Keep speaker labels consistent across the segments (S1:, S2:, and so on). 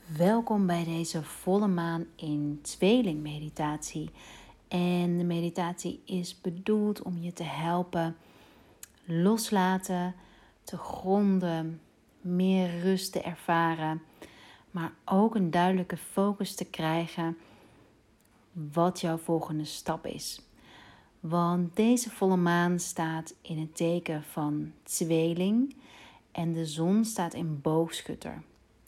S1: Welkom bij deze volle maan in tweeling meditatie. En de meditatie is bedoeld om je te helpen loslaten, te gronden, meer rust te ervaren, maar ook een duidelijke focus te krijgen wat jouw volgende stap is. Want deze volle maan staat in het teken van tweeling en de zon staat in boogschutter.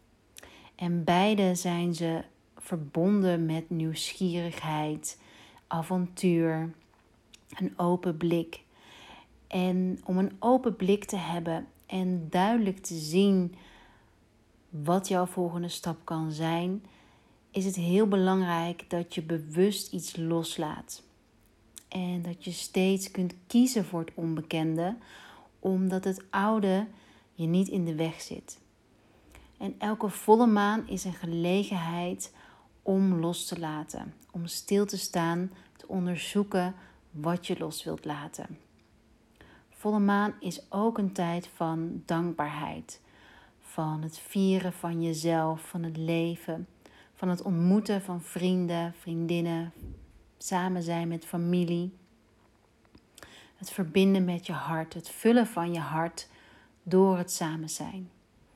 S1: En beide zijn ze verbonden met nieuwsgierigheid, avontuur, een open blik. En om een open blik te hebben en duidelijk te zien wat jouw volgende stap kan zijn, is het heel belangrijk dat je bewust iets loslaat. En dat je steeds kunt kiezen voor het onbekende, omdat het oude je niet in de weg zit. En elke volle maan is een gelegenheid om los te laten. Om stil te staan, te onderzoeken wat je los wilt laten. Volle maan is ook een tijd van dankbaarheid. Van het vieren van jezelf, van het leven. Van het ontmoeten van vrienden, vriendinnen. Samen zijn met familie. Het verbinden met je hart. Het vullen van je hart door het samen zijn.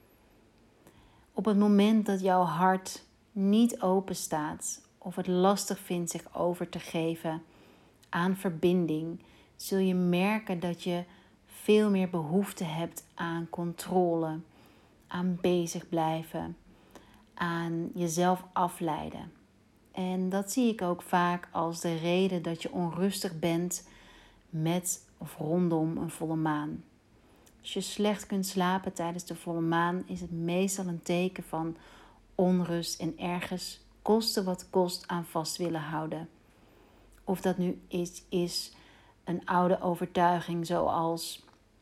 S1: Op het moment dat jouw hart niet open staat of het lastig vindt zich over te geven aan verbinding, zul je merken dat je veel meer behoefte hebt aan controle, aan bezig blijven, aan jezelf afleiden. En dat zie ik ook vaak als de reden dat je onrustig bent met of rondom een volle maan. Als je slecht kunt slapen tijdens de volle maan, is het meestal een teken van onrust en ergens koste wat kost aan vast willen houden. Of dat nu is een oude overtuiging zoals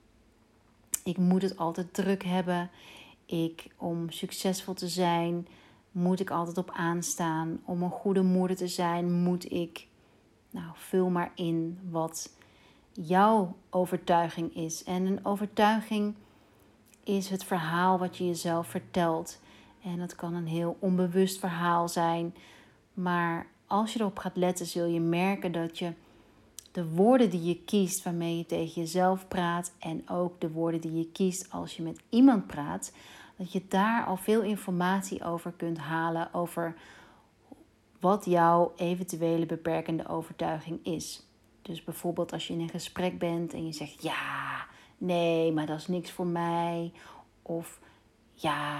S1: ik moet het altijd druk hebben, om succesvol te zijn moet ik altijd op aanstaan, om een goede moeder te zijn moet ik, vul maar in wat jouw overtuiging is. En een overtuiging is het verhaal wat je jezelf vertelt. En het kan een heel onbewust verhaal zijn. Maar als je erop gaat letten, zul je merken dat je de woorden die je kiest waarmee je tegen jezelf praat en ook de woorden die je kiest als je met iemand praat, dat je daar al veel informatie over kunt halen over wat jouw eventuele beperkende overtuiging is. Dus bijvoorbeeld als je in een gesprek bent en je zegt ja, nee, maar dat is niks voor mij. Of ja,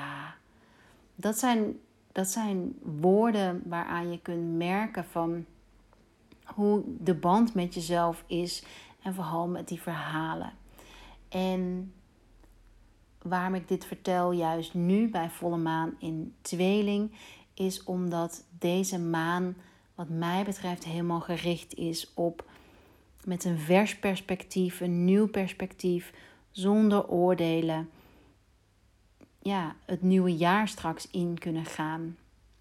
S1: dat zijn woorden waaraan je kunt merken van hoe de band met jezelf is en vooral met die verhalen. En waarom ik dit vertel juist nu bij volle maan in tweeling is omdat deze maan wat mij betreft helemaal gericht is op met een vers perspectief, een nieuw perspectief, zonder oordelen, het nieuwe jaar straks in kunnen gaan.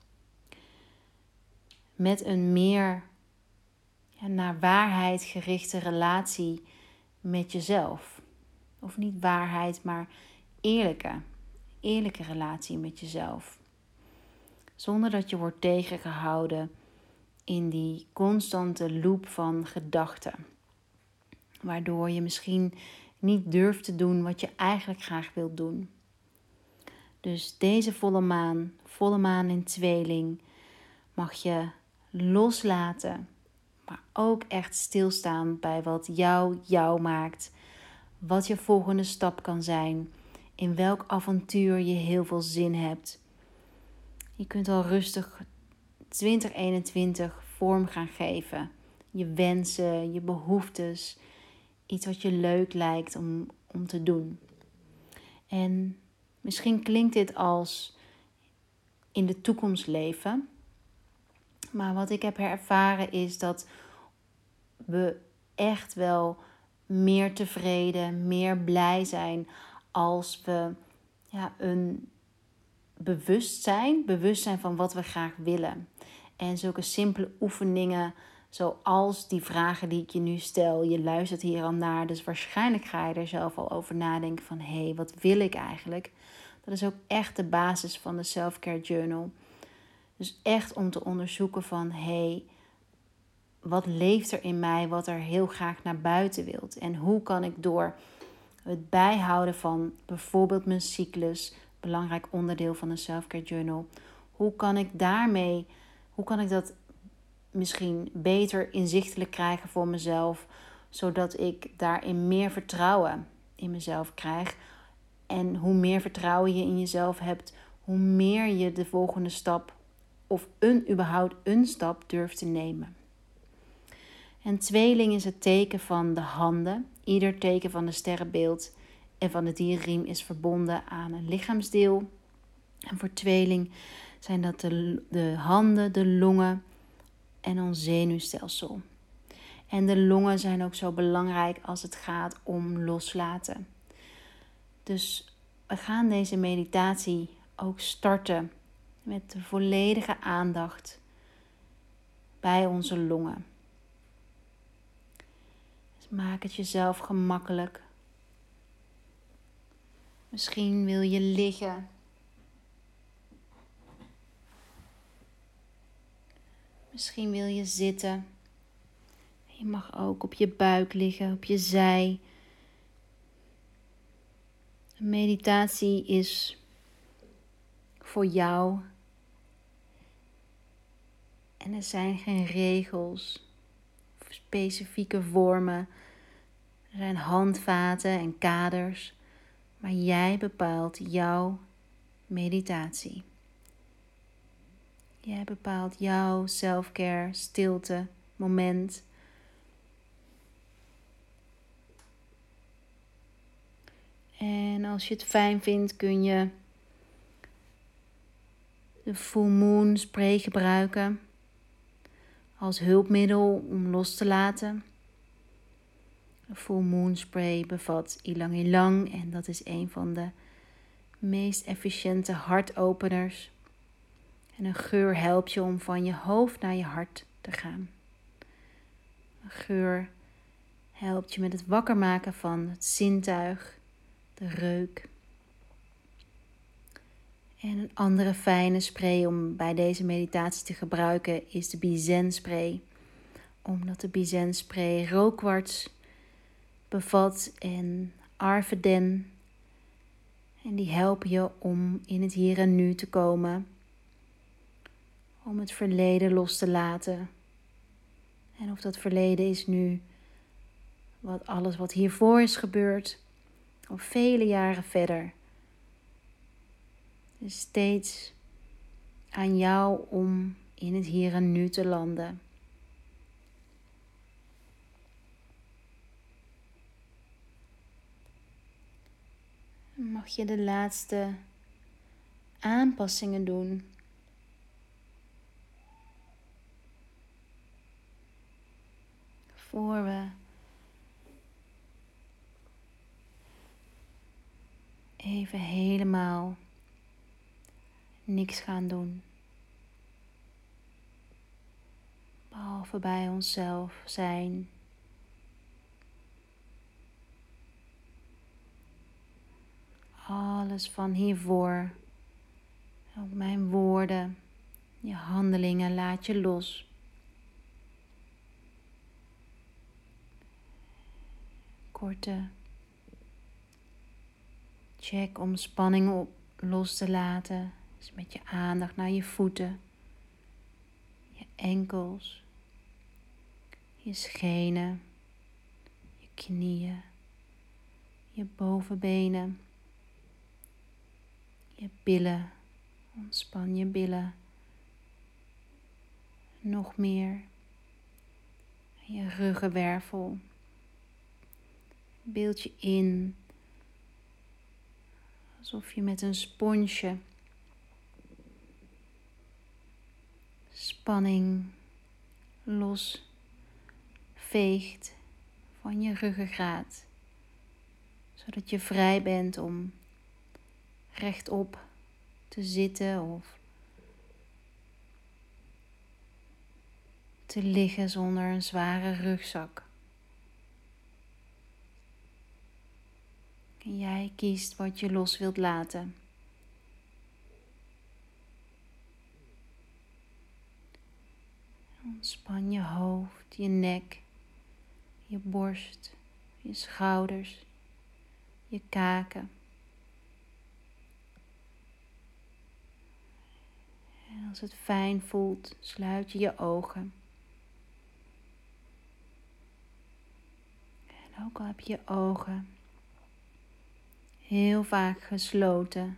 S1: Met een meer naar waarheid gerichte relatie met jezelf. Of niet waarheid, maar eerlijke relatie met jezelf. Zonder dat je wordt tegengehouden in die constante loop van gedachten. Waardoor je misschien niet durft te doen wat je eigenlijk graag wilt doen. Dus deze volle maan in tweeling, mag je loslaten. Maar ook echt stilstaan bij wat jou maakt. Wat je volgende stap kan zijn. In welk avontuur je heel veel zin hebt. Je kunt al rustig 2021 vorm gaan geven. Je wensen, je behoeftes. Iets wat je leuk lijkt om te doen. En misschien klinkt dit als in de toekomst leven. Maar wat ik heb ervaren is dat we echt wel meer tevreden, meer blij zijn als we een bewust zijn van wat we graag willen. En zulke simpele oefeningen zoals die vragen die ik je nu stel, je luistert hier al naar, dus waarschijnlijk ga je er zelf al over nadenken van wat wil ik eigenlijk? Dat is ook echt de basis van de Self-Care Journal. Dus echt om te onderzoeken van, wat leeft er in mij wat er heel graag naar buiten wilt? En hoe kan ik door het bijhouden van bijvoorbeeld mijn cyclus, belangrijk onderdeel van een Self-Care Journal, hoe kan ik dat misschien beter inzichtelijk krijgen voor mezelf, zodat ik daarin meer vertrouwen in mezelf krijg. En hoe meer vertrouwen je in jezelf hebt, hoe meer je de volgende stap of überhaupt een stap durft te nemen. En tweeling is het teken van de handen. Ieder teken van de sterrenbeeld en van de dierenriem is verbonden aan een lichaamsdeel. En voor tweeling zijn dat de handen, de longen en ons zenuwstelsel. En de longen zijn ook zo belangrijk als het gaat om loslaten. Dus we gaan deze meditatie ook starten met de volledige aandacht bij onze longen. Dus maak het jezelf gemakkelijk. Misschien wil je liggen. Misschien wil je zitten. Je mag ook op je buik liggen, op je zij. Een meditatie is voor jou. En er zijn geen regels of specifieke vormen. Er zijn handvaten en kaders. Maar jij bepaalt jouw meditatie. Jij bepaalt jouw self-care, stilte, moment. En als je het fijn vindt, kun je de Full Moon Spray gebruiken als hulpmiddel om los te laten. De Full Moon Spray bevat ylang ylang en dat is een van de meest efficiënte hartopeners. En een geur helpt je om van je hoofd naar je hart te gaan. Een geur helpt je met het wakker maken van het zintuig, de reuk. En een andere fijne spray om bij deze meditatie te gebruiken is de Bizen spray. Omdat de Bizen spray rookkwarts bevat en arveden. En die helpen je om in het hier en nu te komen. Om het verleden los te laten. En of dat verleden is nu alles wat hiervoor is gebeurd. Of vele jaren verder. Dus steeds aan jou om in het hier en nu te landen. Mag je de laatste aanpassingen doen. Voor we even helemaal niks gaan doen. Behalve bij onszelf zijn. Alles van hiervoor. Ook mijn woorden. Je handelingen laat je los. Korte check om spanning los te laten. Dus met je aandacht naar je voeten. Je enkels. Je schenen. Je knieën. Je bovenbenen. Je billen. Ontspan je billen. Nog meer. Je ruggenwervel. Beeld je in alsof je met een sponsje spanning los veegt van je ruggengraat. Zodat je vrij bent om rechtop te zitten of te liggen zonder een zware rugzak. En jij kiest wat je los wilt laten. Ontspan je hoofd, je nek, je borst, je schouders, je kaken. En als het fijn voelt, sluit je je ogen. En ook al heb je je ogen heel vaak gesloten,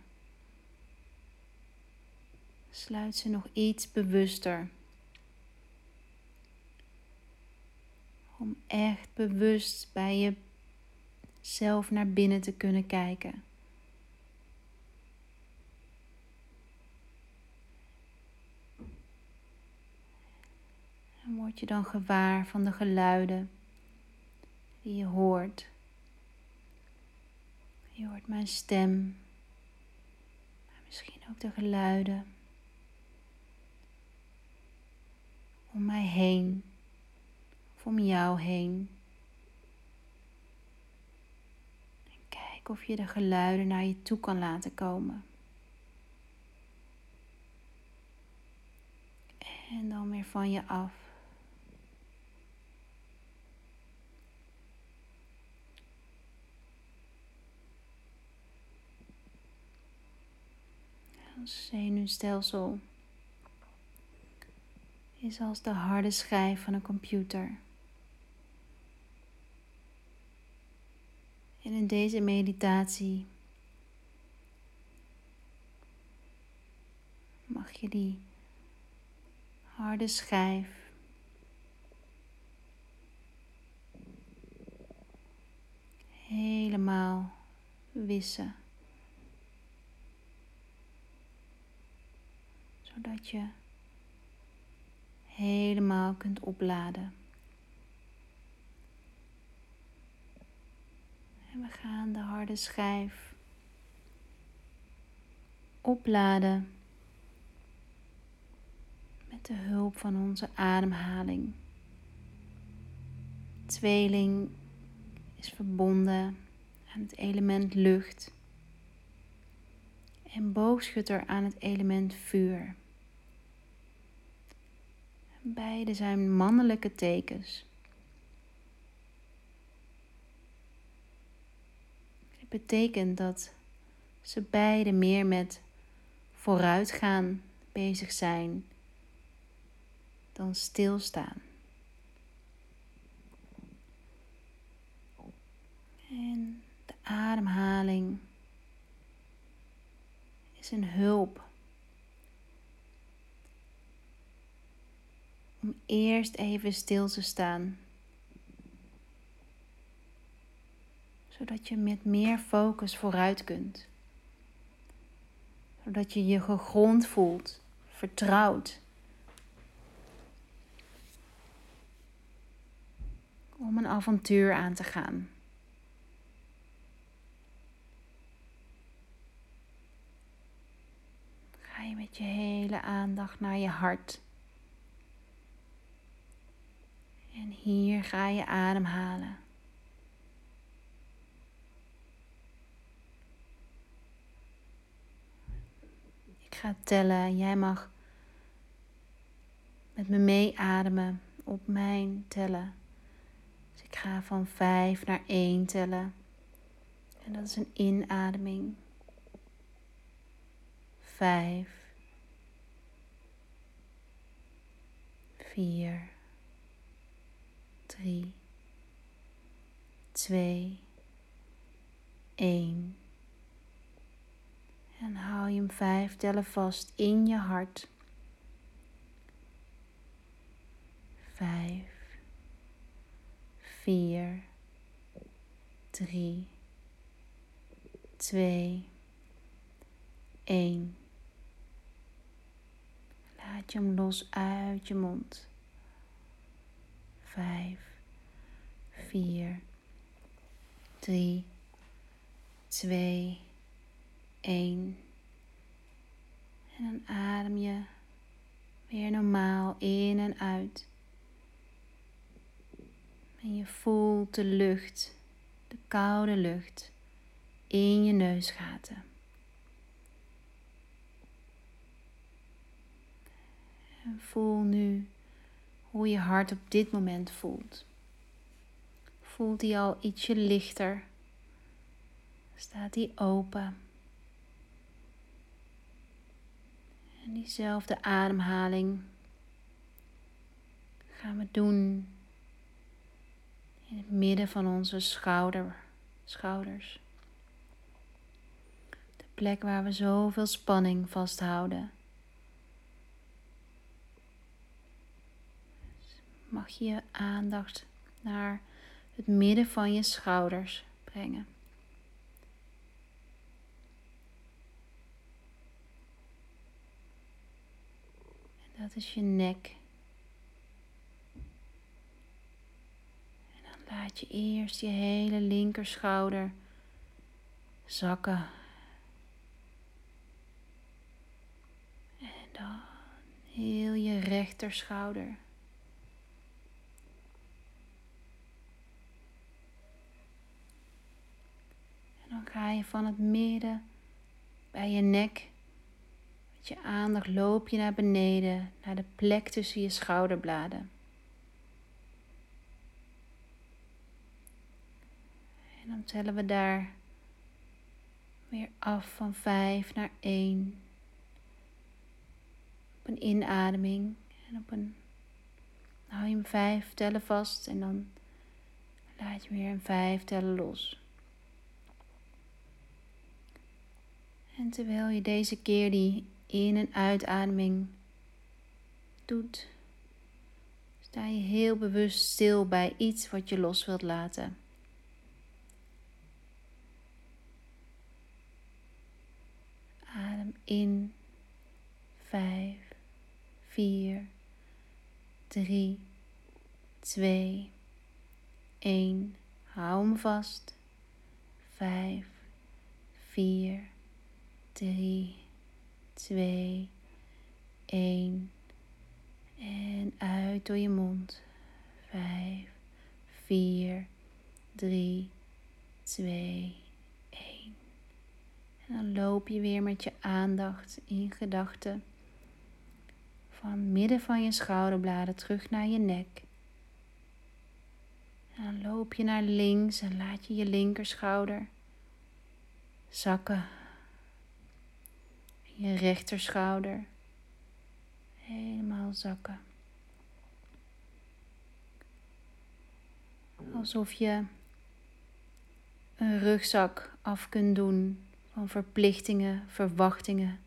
S1: sluit ze nog iets bewuster. Om echt bewust bij jezelf naar binnen te kunnen kijken. En word je dan gewaar van de geluiden die je hoort. Je hoort mijn stem, maar misschien ook de geluiden om mij heen of om jou heen. En kijk of je de geluiden naar je toe kan laten komen. En dan weer van je af. Ons zenuwstelsel is als de harde schijf van een computer. En in deze meditatie mag je die harde schijf helemaal wissen. Zodat je helemaal kunt opladen. En we gaan de harde schijf opladen met de hulp van onze ademhaling. Tweeling is verbonden aan het element lucht en boogschutter aan het element vuur. Beide zijn mannelijke tekens. Het betekent dat ze beide meer met vooruitgaan bezig zijn dan stilstaan. En de ademhaling is een hulp om eerst even stil te staan, zodat je met meer focus vooruit kunt. Zodat je je gegrond voelt, vertrouwd. Om een avontuur aan te gaan. Ga je met je hele aandacht naar je hart. En hier ga je ademhalen. Ik ga tellen en jij mag met me meeademen op mijn tellen. Dus ik ga van 5 naar 1 tellen. En dat is een inademing. 5, 4, 3, 2, 1. En hou je hem 5 tellen vast in je hart. 5, 4, 3, 2, 1. Laat je hem los uit je mond. 5, 4, 3, 2, 1. En dan adem je weer normaal in en uit. En je voelt de lucht, de koude lucht, in je neusgaten. En voel nu hoe je hart op dit moment voelt. Voelt die al ietsje lichter? Staat die open? En diezelfde ademhaling gaan we doen in het midden van onze schouders. De plek waar we zoveel spanning vasthouden. Dus mag je je aandacht naar het midden van je schouders brengen. En dat is je nek. En dan laat je eerst je hele linkerschouder zakken. En dan heel je rechterschouder. En dan ga je van het midden bij je nek, met je aandacht loop je naar beneden, naar de plek tussen je schouderbladen. En dan tellen we daar weer af van 5 naar 1. Op een inademing en hou je hem 5 tellen vast en dan laat je weer een 5 tellen los. En terwijl je deze keer die in- en uitademing doet, sta je heel bewust stil bij iets wat je los wilt laten. Adem in, 5, 4, 3, 2, 1. Hou hem vast. 5, 4, 3, 2, 1. En uit door je mond. 5, 4, 3, 2, 1. En dan loop je weer met je aandacht in gedachten van midden van je schouderbladen terug naar je nek. En dan loop je naar links en laat je je linkerschouder zakken. Je rechterschouder helemaal zakken. Alsof je een rugzak af kunt doen van verplichtingen, verwachtingen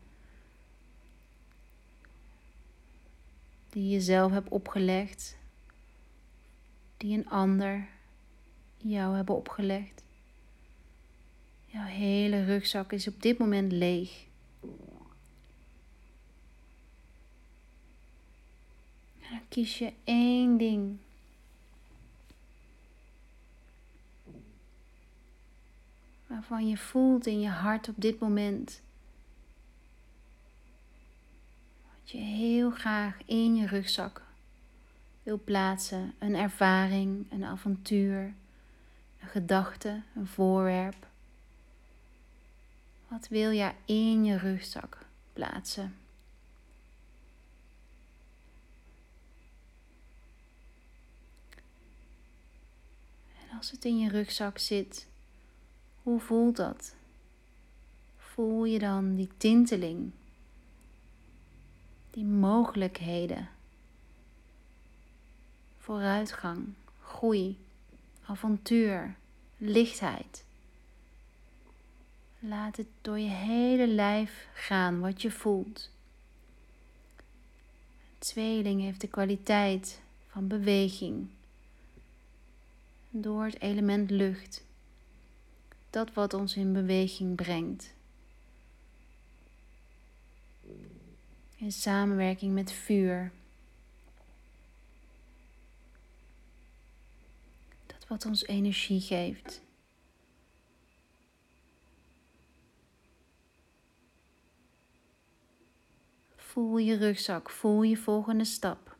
S1: die je zelf hebt opgelegd, die een ander jou hebben opgelegd. Jouw hele rugzak is op dit moment leeg. En dan kies je één ding. Waarvan je voelt in je hart op dit moment. Wat je heel graag in je rugzak wil plaatsen. Een ervaring, een avontuur, een gedachte, een voorwerp. Wat wil je in je rugzak plaatsen? En als het in je rugzak zit, hoe voelt dat? Voel je dan die tinteling, die mogelijkheden, vooruitgang, groei, avontuur, lichtheid? Laat het door je hele lijf gaan wat je voelt. Een tweeling heeft de kwaliteit van beweging. Door het element lucht. Dat wat ons in beweging brengt. In samenwerking met vuur. Dat wat ons energie geeft. Voel je rugzak, voel je volgende stap.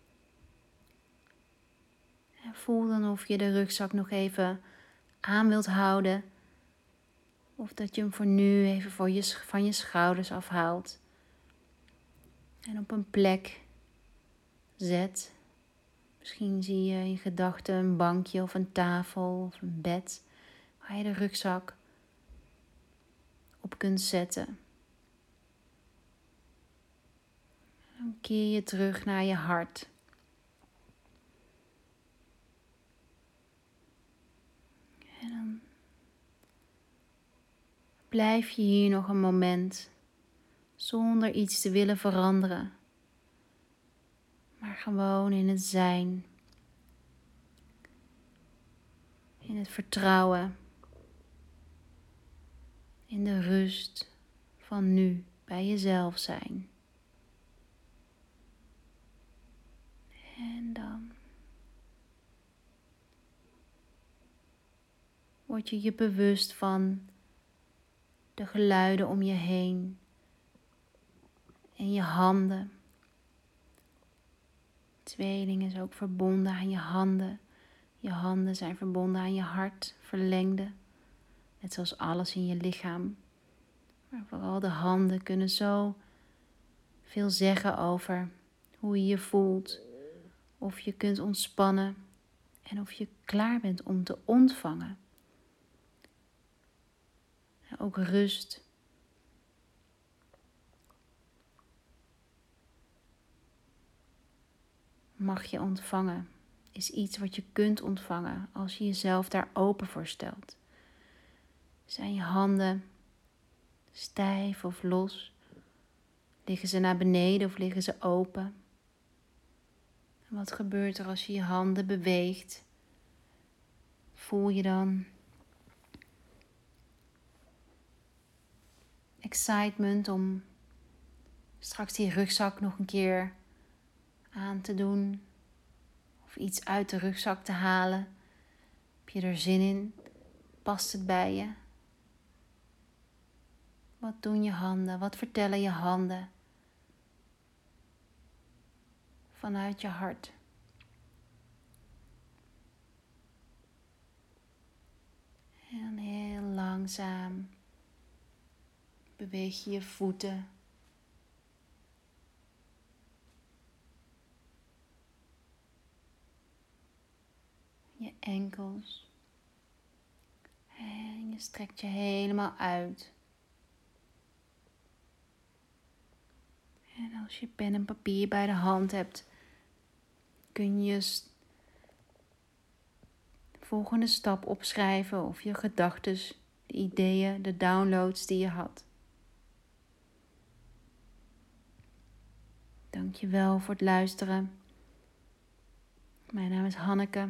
S1: En voel dan of je de rugzak nog even aan wilt houden. Of dat je hem voor nu even van je schouders afhaalt. En op een plek zet Misschien zie je in gedachten een bankje of een tafel of een bed waar je de rugzak op kunt zetten. Dan keer je terug naar je hart. En dan blijf je hier nog een moment zonder iets te willen veranderen. Maar gewoon in het zijn. In het vertrouwen. In de rust van nu bij jezelf zijn. En dan word je je bewust van de geluiden om je heen en je handen. Tweeling is ook verbonden aan je handen. Je handen zijn verbonden aan je hart, verlengde. Net zoals alles in je lichaam. Maar vooral de handen kunnen zo veel zeggen over hoe je je voelt. Of je kunt ontspannen en of je klaar bent om te ontvangen. En ook rust. Mag je ontvangen. Is iets wat je kunt ontvangen als je jezelf daar open voor stelt. Zijn je handen stijf of los? Liggen ze naar beneden of liggen ze open? En wat gebeurt er als je je handen beweegt? Voel je dan excitement om straks die rugzak nog een keer aan te doen? Of iets uit de rugzak te halen? Heb je er zin in? Past het bij je? Wat doen je handen? Wat vertellen je handen? Vanuit je hart. En heel langzaam beweeg je je voeten. Je enkels. En je strekt je helemaal uit. En als je pen en papier bij de hand hebt, kun je de volgende stap opschrijven of je gedachten, de ideeën, de downloads die je had. Dank je wel voor het luisteren. Mijn naam is Hanneke.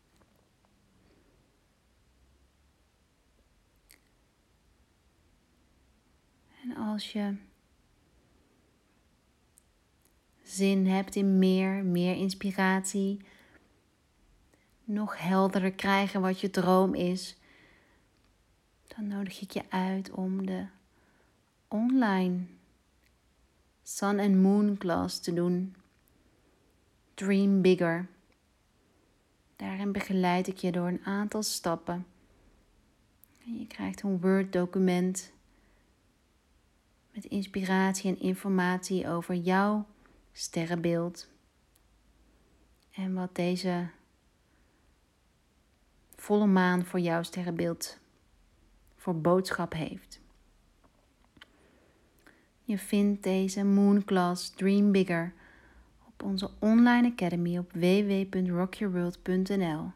S1: En als je zin hebt in meer inspiratie, nog helderder krijgen wat je droom is, dan nodig ik je uit om de online Sun and Moon Class te doen. Dream Bigger. Daarin begeleid ik je door een aantal stappen. En je krijgt een Word document met inspiratie en informatie over jouw sterrenbeeld. En wat deze volle maan voor jouw sterrenbeeld voor boodschap heeft. Je vindt deze Moon Class Dream Bigger op onze online academy op www.rockyourworld.nl.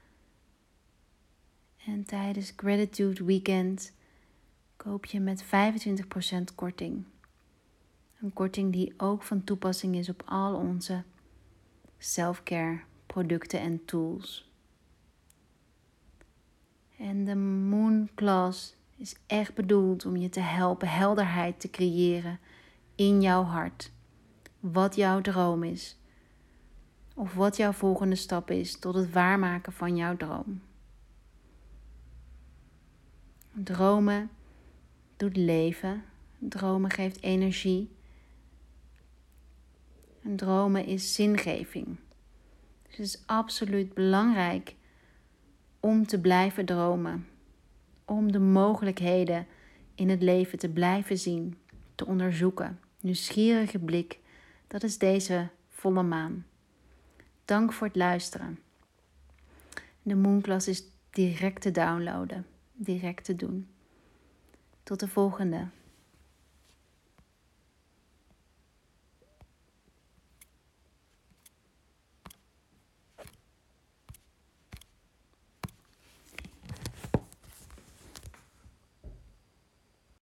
S1: En tijdens Gratitude Weekend koop je met 25% korting. Een korting die ook van toepassing is op al onze self-care producten en tools. En de Moon Class is echt bedoeld om je te helpen helderheid te creëren in jouw hart. Wat jouw droom is. Of wat jouw volgende stap is tot het waarmaken van jouw droom. Dromen doet leven. Dromen geeft energie. En dromen is zingeving. Dus het is absoluut belangrijk om te blijven dromen. Om de mogelijkheden in het leven te blijven zien, te onderzoeken. Nieuwsgierige blik, dat is deze volle maan. Dank voor het luisteren. De Moonclass is direct te downloaden, direct te doen. Tot de volgende.